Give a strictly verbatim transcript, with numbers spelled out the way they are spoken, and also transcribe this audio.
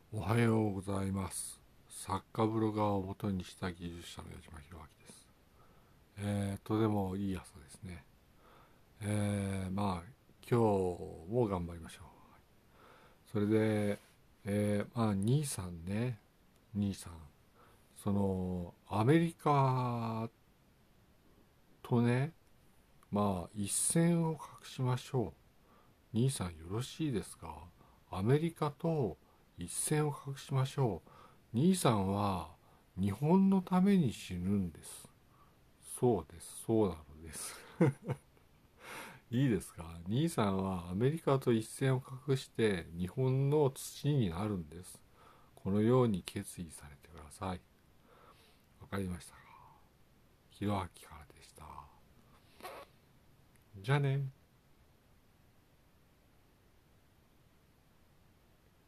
おはようございます。作家ブロガーを元にした技術者の矢島弘明です。えー、とてもいい朝ですね。えー、まあ今日も頑張りましょう。それで、えー、まあ兄さんね、兄さん、そのアメリカとね、まあ一線を画しましょう。兄さんよろしいですか？アメリカと一線を画しましょう。兄さんは日本のために死ぬんです。そうです、そうなのです。いいですか？兄さんはアメリカと一線を画して日本の土になるんです。このように決意されてください。わかりましたか？ひろあきからでした。じゃあね。